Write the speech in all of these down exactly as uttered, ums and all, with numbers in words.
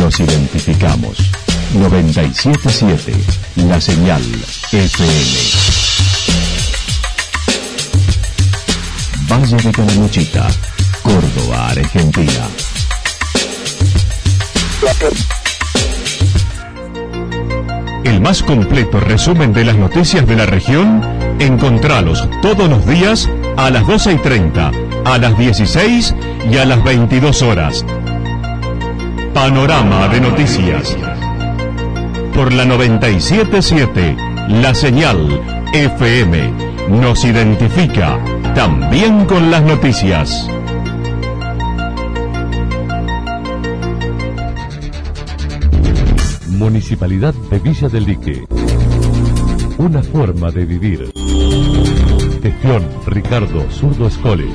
Nos identificamos. noventa y siete punto siete, La Señal F M. Valle de Calamuchita, Córdoba, Argentina. El más completo resumen de las noticias de la región, encontralos todos los días a las doce y treinta, a las dieciséis y a las veintidós horas. Panorama de noticias. Por la noventa y siete punto siete, La Señal F M nos identifica también con las noticias. Municipalidad de Villa del Lique. Una forma de vivir. Gestión Ricardo Zurdo Escole.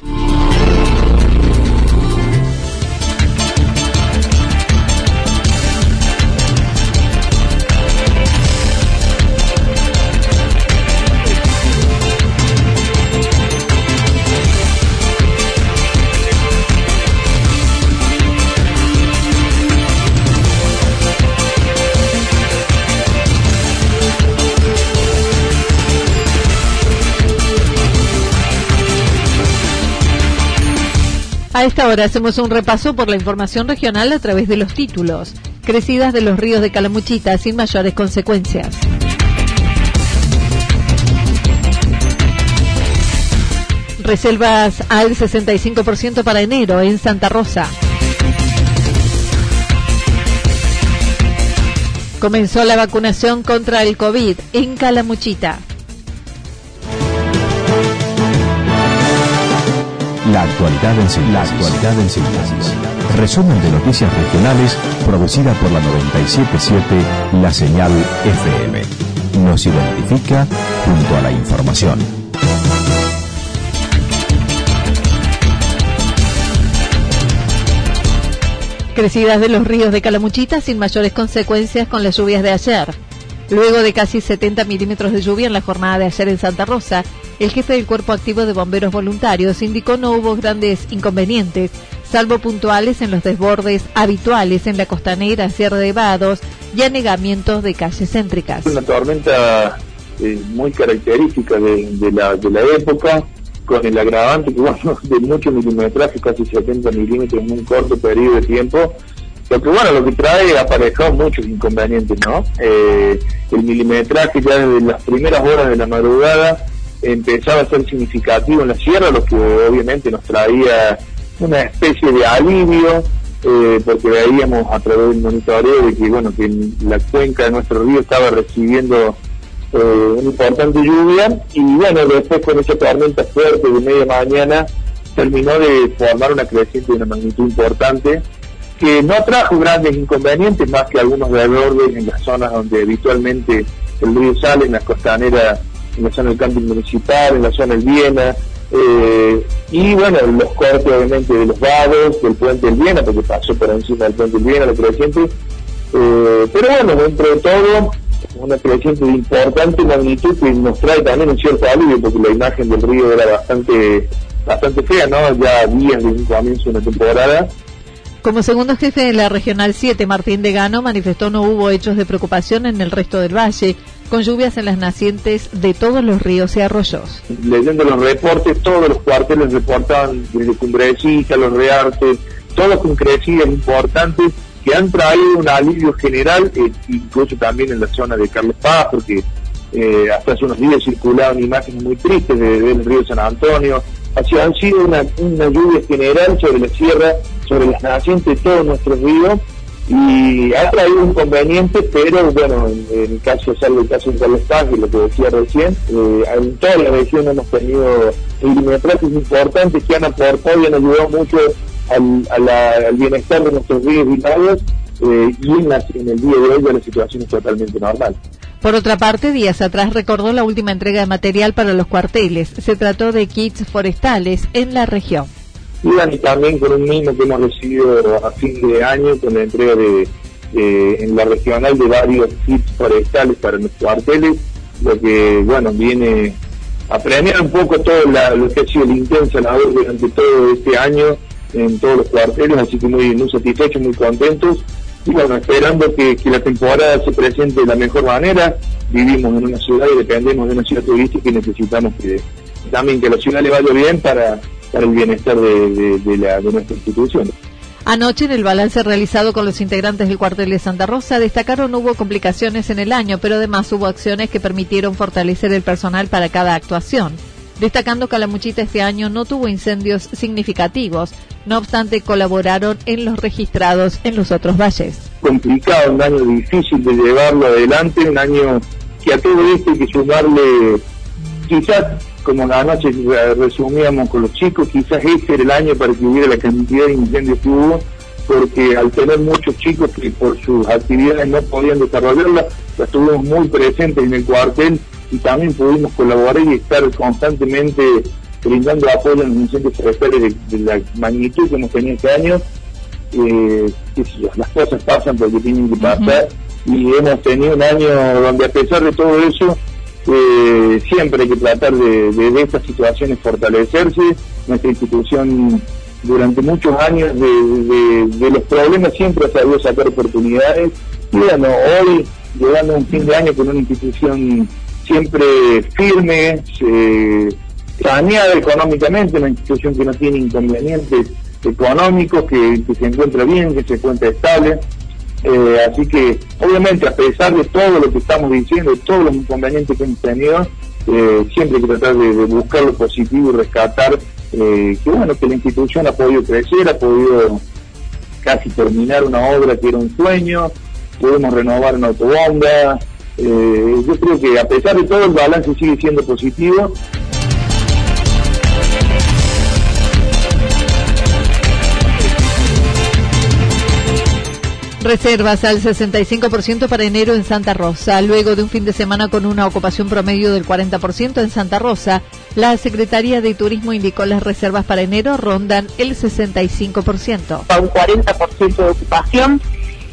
A esta hora hacemos un repaso por la información regional a través de los títulos. Crecidas de los ríos de Calamuchita sin mayores consecuencias. Reservas al sesenta y cinco por ciento para enero en Santa Rosa. Comenzó la vacunación contra el COVID en Calamuchita. La actualidad en síntesis. La actualidad en síntesis. Resumen de noticias regionales producida por la noventa y siete punto siete, La Señal F M. Nos identifica junto a la información. Crecidas de los ríos de Calamuchita sin mayores consecuencias con las lluvias de ayer. Luego de casi setenta milímetros de lluvia en la jornada de ayer en Santa Rosa, el jefe del Cuerpo Activo de Bomberos Voluntarios indicó no hubo grandes inconvenientes, salvo puntuales en los desbordes habituales en la costanera, cierre de vados y anegamientos de calles céntricas. Una tormenta eh, muy característica de, de, la, de la época, con el agravante que bueno, de mucho milimetraje, casi setenta milímetros en un corto periodo de tiempo. Lo que bueno, lo que trae aparejó muchos inconvenientes, ¿no? Eh, el milimetraje ya desde las primeras horas de la madrugada empezaba a ser significativo en la sierra, lo que obviamente nos traía una especie de alivio, eh, porque veíamos a través del monitoreo de que bueno, que la cuenca de nuestro río estaba recibiendo eh, una importante lluvia, y bueno, después con esa tormenta fuerte de media mañana terminó de formar una creciente de una magnitud importante, que no trajo grandes inconvenientes, más que algunos desbordes en las zonas donde habitualmente el río sale, en las costaneras, en la zona del camping municipal, en la zona del Viena, eh, y bueno, los cortes obviamente de los vados, del puente del Viena, porque pasó por encima del puente del Viena, la creciente, eh, pero bueno, dentro de todo, una creciente de importante magnitud que nos trae también un cierto alivio, porque la imagen del río era bastante, bastante fea, ¿no? Ya días de un comienzo de una temporada. Como segundo jefe de la Regional siete, Martín Degano manifestó no hubo hechos de preocupación en el resto del valle, con lluvias en las nacientes de todos los ríos y arroyos. Leyendo los reportes, todos los cuarteles reportaban desde Cumbrecita, Los Reartes, todos con crecidas importantes que han traído un alivio general, eh, incluso también en la zona de Carlos Paz, porque eh, hasta hace unos días circulaban imágenes muy tristes de, del río San Antonio. Así han sido una, una lluvia general sobre la sierra, sobre las nacientes de todos nuestros ríos, y ha traído inconvenientes, pero bueno, en, en el caso, salvo el caso de Carlos Paz, que lo que decía recién, eh, en toda la región hemos tenido milimetrajes importantes que han aportado y han ayudado mucho al, a la, al bienestar de nuestros ríos y lagos, eh, y en, la, en el día de hoy la situación es totalmente normal. Por otra parte, días atrás recordó la última entrega de material para los cuarteles. Se trató de kits forestales en la región. Y también con un mimo que hemos recibido a fin de año, con la entrega de, de en la regional de varios kits forestales para los cuarteles, lo que bueno viene a premiar un poco todo la, lo que ha sido la intensa labor durante todo este año en todos los cuarteles, así que muy, muy satisfechos, muy contentos. y bueno, esperando que, que la temporada se presente de la mejor manera. Vivimos en una ciudad y dependemos de una ciudad turística y necesitamos que también que a la ciudad le vaya bien para, para el bienestar de, de, de, la, de nuestra institución. Anoche, en el balance realizado con los integrantes del cuartel de Santa Rosa, destacaron hubo complicaciones en el año, pero además hubo acciones que permitieron fortalecer el personal para cada actuación. Destacando que Calamuchita este año no tuvo incendios significativos, no obstante colaboraron en los registrados en los otros valles. Complicado, un año difícil de llevarlo adelante, un año que a todo esto hay que sumarle, quizás, como anoche resumíamos con los chicos, quizás este era el año para que hubiera la cantidad de incendios que hubo, porque al tener muchos chicos que por sus actividades no podían desarrollarlas, las tuvimos muy presentes en el cuartel y también pudimos colaborar y estar constantemente brindando apoyo en los incendios forestales de, de la magnitud que hemos tenido este año. Eh, las cosas pasan porque tienen que pasar, uh-huh. Y hemos tenido un año donde, a pesar de todo eso, eh, siempre hay que tratar de, de, de estas situaciones fortalecerse. Nuestra institución durante muchos años de, de, de los problemas siempre ha sabido sacar oportunidades, y bueno, hoy llegando a un fin de año con una institución siempre firme, eh, saneada económicamente, una institución que no tiene inconvenientes económicos, que, que se encuentra bien, que se encuentra estable. Eh, así que, obviamente, a pesar de todo lo que estamos diciendo, de todos los inconvenientes que hemos tenido, eh, siempre hay que tratar de, de buscar lo positivo y rescatar eh, que, bueno, que la institución ha podido crecer, ha podido casi terminar una obra que era un sueño, podemos renovar una autobomba. Eh, yo creo que, a pesar de todo, el balance sigue siendo positivo. Reservas al sesenta y cinco por ciento para enero en Santa Rosa. Luego de un fin de semana con una ocupación promedio del cuarenta por ciento en Santa Rosa, la Secretaría de Turismo indicó las reservas para enero rondan el sesenta y cinco por ciento. Un cuarenta por ciento de ocupación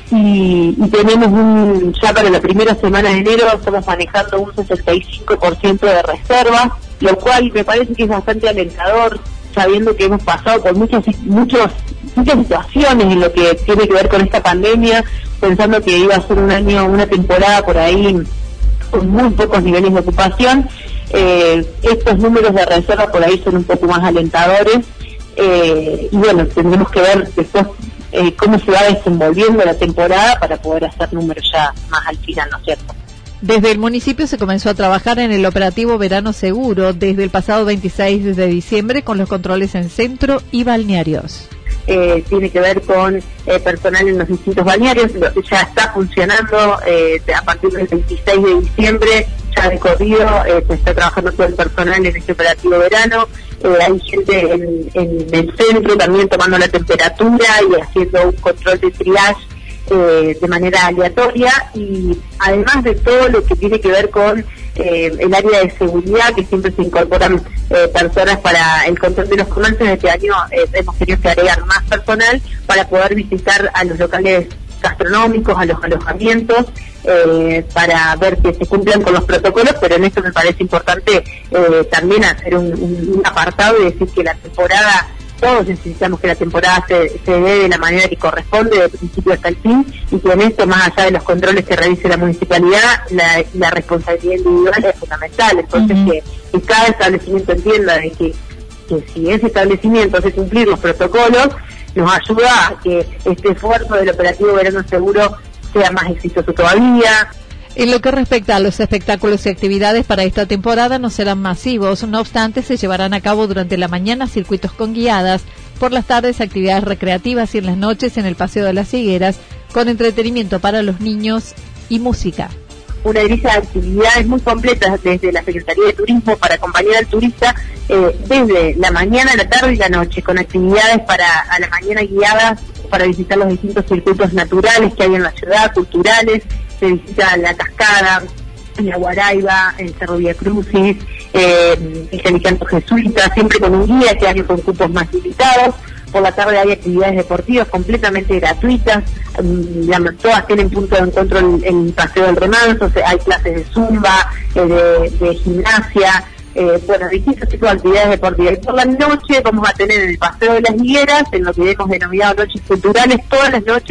y, y tenemos un, ya para la primera semana de enero estamos manejando un sesenta y cinco por ciento de reservas, lo cual me parece que es bastante alentador, sabiendo que hemos pasado por muchas muchos muchas situaciones en lo que tiene que ver con esta pandemia, pensando que iba a ser un año, una temporada por ahí con muy pocos niveles de ocupación. Eh, estos números de reserva por ahí son un poco más alentadores, eh, y bueno, tendremos que ver después eh, cómo se va desenvolviendo la temporada para poder hacer números ya más al final, ¿no es cierto? Desde el municipio se comenzó a trabajar en el operativo Verano Seguro desde el pasado veintiséis de diciembre con los controles en centro y balnearios. Eh, tiene que ver con eh, personal en los distintos balnearios, ya está funcionando eh, a partir del veintiséis de diciembre, ya de corrido, eh, se está trabajando todo el personal en este operativo verano, eh, hay gente en, en el centro también tomando la temperatura y haciendo un control de triage eh, de manera aleatoria, y además de todo lo que tiene que ver con Eh, el área de seguridad, que siempre se incorporan eh, personas para el control de los comercios. Este año eh, hemos tenido que agregar más personal para poder visitar a los locales gastronómicos, a los alojamientos, eh, para ver que se cumplan con los protocolos, pero en esto me parece importante eh, también hacer un, un, un apartado y decir que la temporada, todos necesitamos que la temporada se, se dé de la manera que corresponde, de principio hasta el fin, y que en esto, más allá de los controles que realice la municipalidad, la, la responsabilidad individual es fundamental. Entonces, uh-huh. que, que cada establecimiento entienda de que, que si ese establecimiento hace cumplir los protocolos, nos ayuda a que este esfuerzo del operativo Verano Seguro sea más exitoso todavía. En lo que respecta a los espectáculos y actividades para esta temporada, no serán masivos, no obstante se llevarán a cabo durante la mañana circuitos con guiadas, por las tardes actividades recreativas y en las noches en el Paseo de las Higueras, con entretenimiento para los niños y música. Una lista de actividades muy completas desde la Secretaría de Turismo para acompañar al turista eh, desde la mañana, la tarde y la noche, con actividades para a la mañana guiadas para visitar los distintos circuitos naturales que hay en la ciudad, culturales. Se visita la cascada, la Guaraiba, el Cerro Vía Crucis, eh, el Calicanto Jesuita, siempre con un guía, que hay con cupos más limitados. Por la tarde hay actividades deportivas completamente gratuitas, um, todas tienen punto de encuentro en el Paseo del Remanso, hay clases de zumba, eh, de, de gimnasia, eh, bueno, distintos tipos de actividades deportivas. Y por la noche vamos a tener en el Paseo de las Higueras, en lo que hemos denominado noches culturales, todas las noches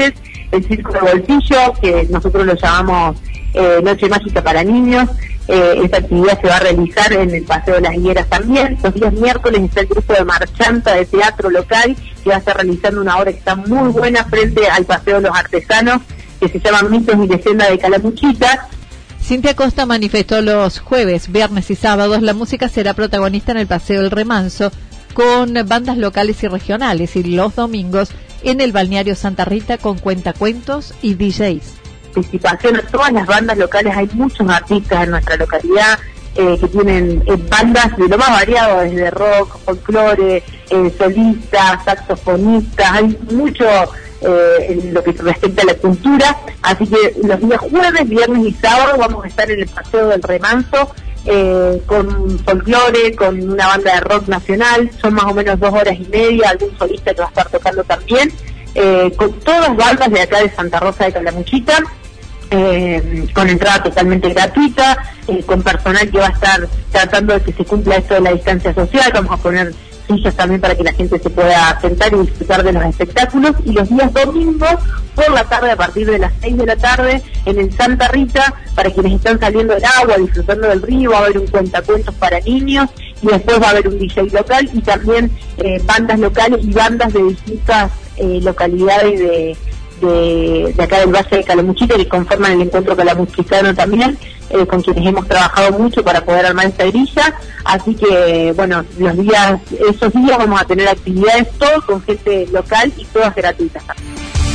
el Circo de Bolsillo, que nosotros lo llamamos eh, Noche Mágica para Niños. Eh, esta actividad se va a realizar en el Paseo de las Higueras también. Los días miércoles está el grupo de marchanta de teatro local, que va a estar realizando una obra que está muy buena frente al Paseo de los Artesanos, que se llama Mitos y Leyendas de Calamuchita. Cintia Costa manifestó los jueves, viernes y sábados la música será protagonista en el Paseo del Remanso con bandas locales y regionales, y los domingos en el balneario Santa Rita con cuentacuentos y D Js. Participación a todas las bandas locales, hay muchos artistas en nuestra localidad eh, que tienen eh, bandas de lo más variado, desde rock, folclore, eh, solistas, saxofonistas, hay mucho eh, en lo que respecta a la cultura, así que los días jueves, viernes y sábado vamos a estar en el Paseo del Remanso eh, con folclore, con una banda de rock nacional, son más o menos dos horas y media, algún solista que va a estar tocando también, eh, con todas bandas de acá de Santa Rosa de Calamuchita. Eh, con entrada totalmente gratuita, eh, con personal que va a estar tratando de que se cumpla esto de la distancia social. Vamos a poner sillas también para que la gente se pueda sentar y disfrutar de los espectáculos, y los días domingos por la tarde, a partir de las seis de la tarde, en el Santa Rita, para quienes están saliendo del agua, disfrutando del río, va a haber un cuentacuentos para niños, y después va a haber un D J local, y también eh, bandas locales y bandas de distintas eh, localidades de De, de acá del Valle de Calamuchita, que conforman el encuentro calamuchitano también, eh, con quienes hemos trabajado mucho para poder armar esta grilla. Así que, bueno, los días, esos días vamos a tener actividades todos con gente local y todas gratuitas también.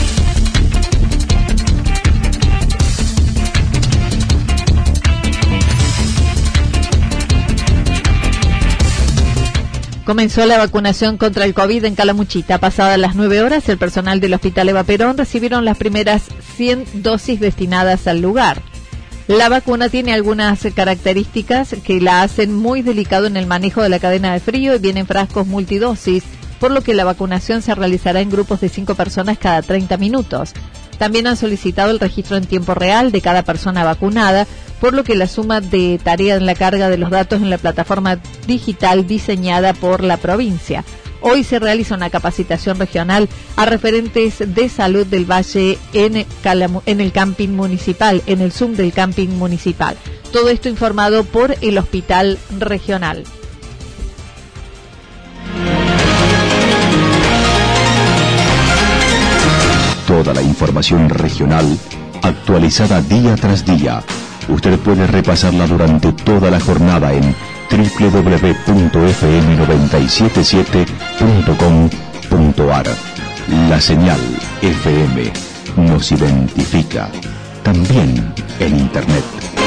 Comenzó la vacunación contra el COVID en Calamuchita. Pasadas las nueve horas, el personal del Hospital Eva Perón recibieron las primeras cien dosis destinadas al lugar. La vacuna tiene algunas características que la hacen muy delicado en el manejo de la cadena de frío y viene en frascos multidosis, por lo que la vacunación se realizará en grupos de cinco personas cada treinta minutos. También han solicitado el registro en tiempo real de cada persona vacunada, por lo que la suma de tarea en la carga de los datos en la plataforma digital diseñada por la provincia. Hoy se realiza una capacitación regional a referentes de salud del Valle en, Calamu- en el camping municipal, en el Zoom del camping municipal. Todo esto informado por el Hospital Regional. Toda la información regional actualizada día tras día. Usted puede repasarla durante toda la jornada en doble u doble u doble u punto efe eme noventa y siete siete punto com punto ar. La señal F M nos identifica, también en Internet.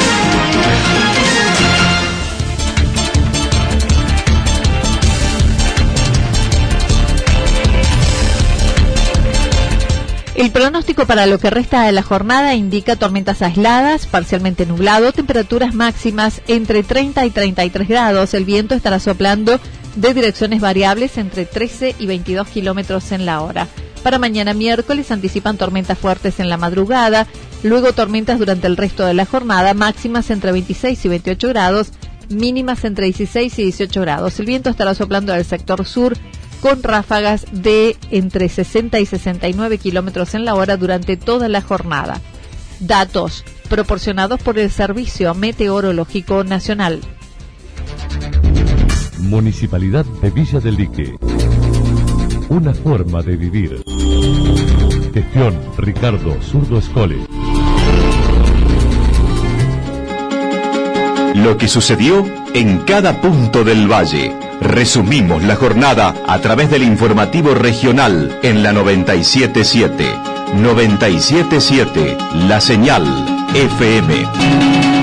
El pronóstico para lo que resta de la jornada indica tormentas aisladas, parcialmente nublado, temperaturas máximas entre treinta y treinta y tres grados. El viento estará soplando de direcciones variables entre trece y veintidós kilómetros en la hora. Para mañana miércoles anticipan tormentas fuertes en la madrugada, luego tormentas durante el resto de la jornada, máximas entre veintiséis y veintiocho grados, mínimas entre dieciséis y dieciocho grados. El viento estará soplando del sector sur, con ráfagas de entre sesenta y sesenta y nueve kilómetros en la hora durante toda la jornada. Datos proporcionados por el Servicio Meteorológico Nacional. Municipalidad de Villa del Lique. Una forma de vivir. Gestión Ricardo Zurdo Escole. Lo que sucedió en cada punto del valle. Resumimos la jornada a través del informativo regional en la noventa y siete punto siete. noventa y siete punto siete, la señal F M.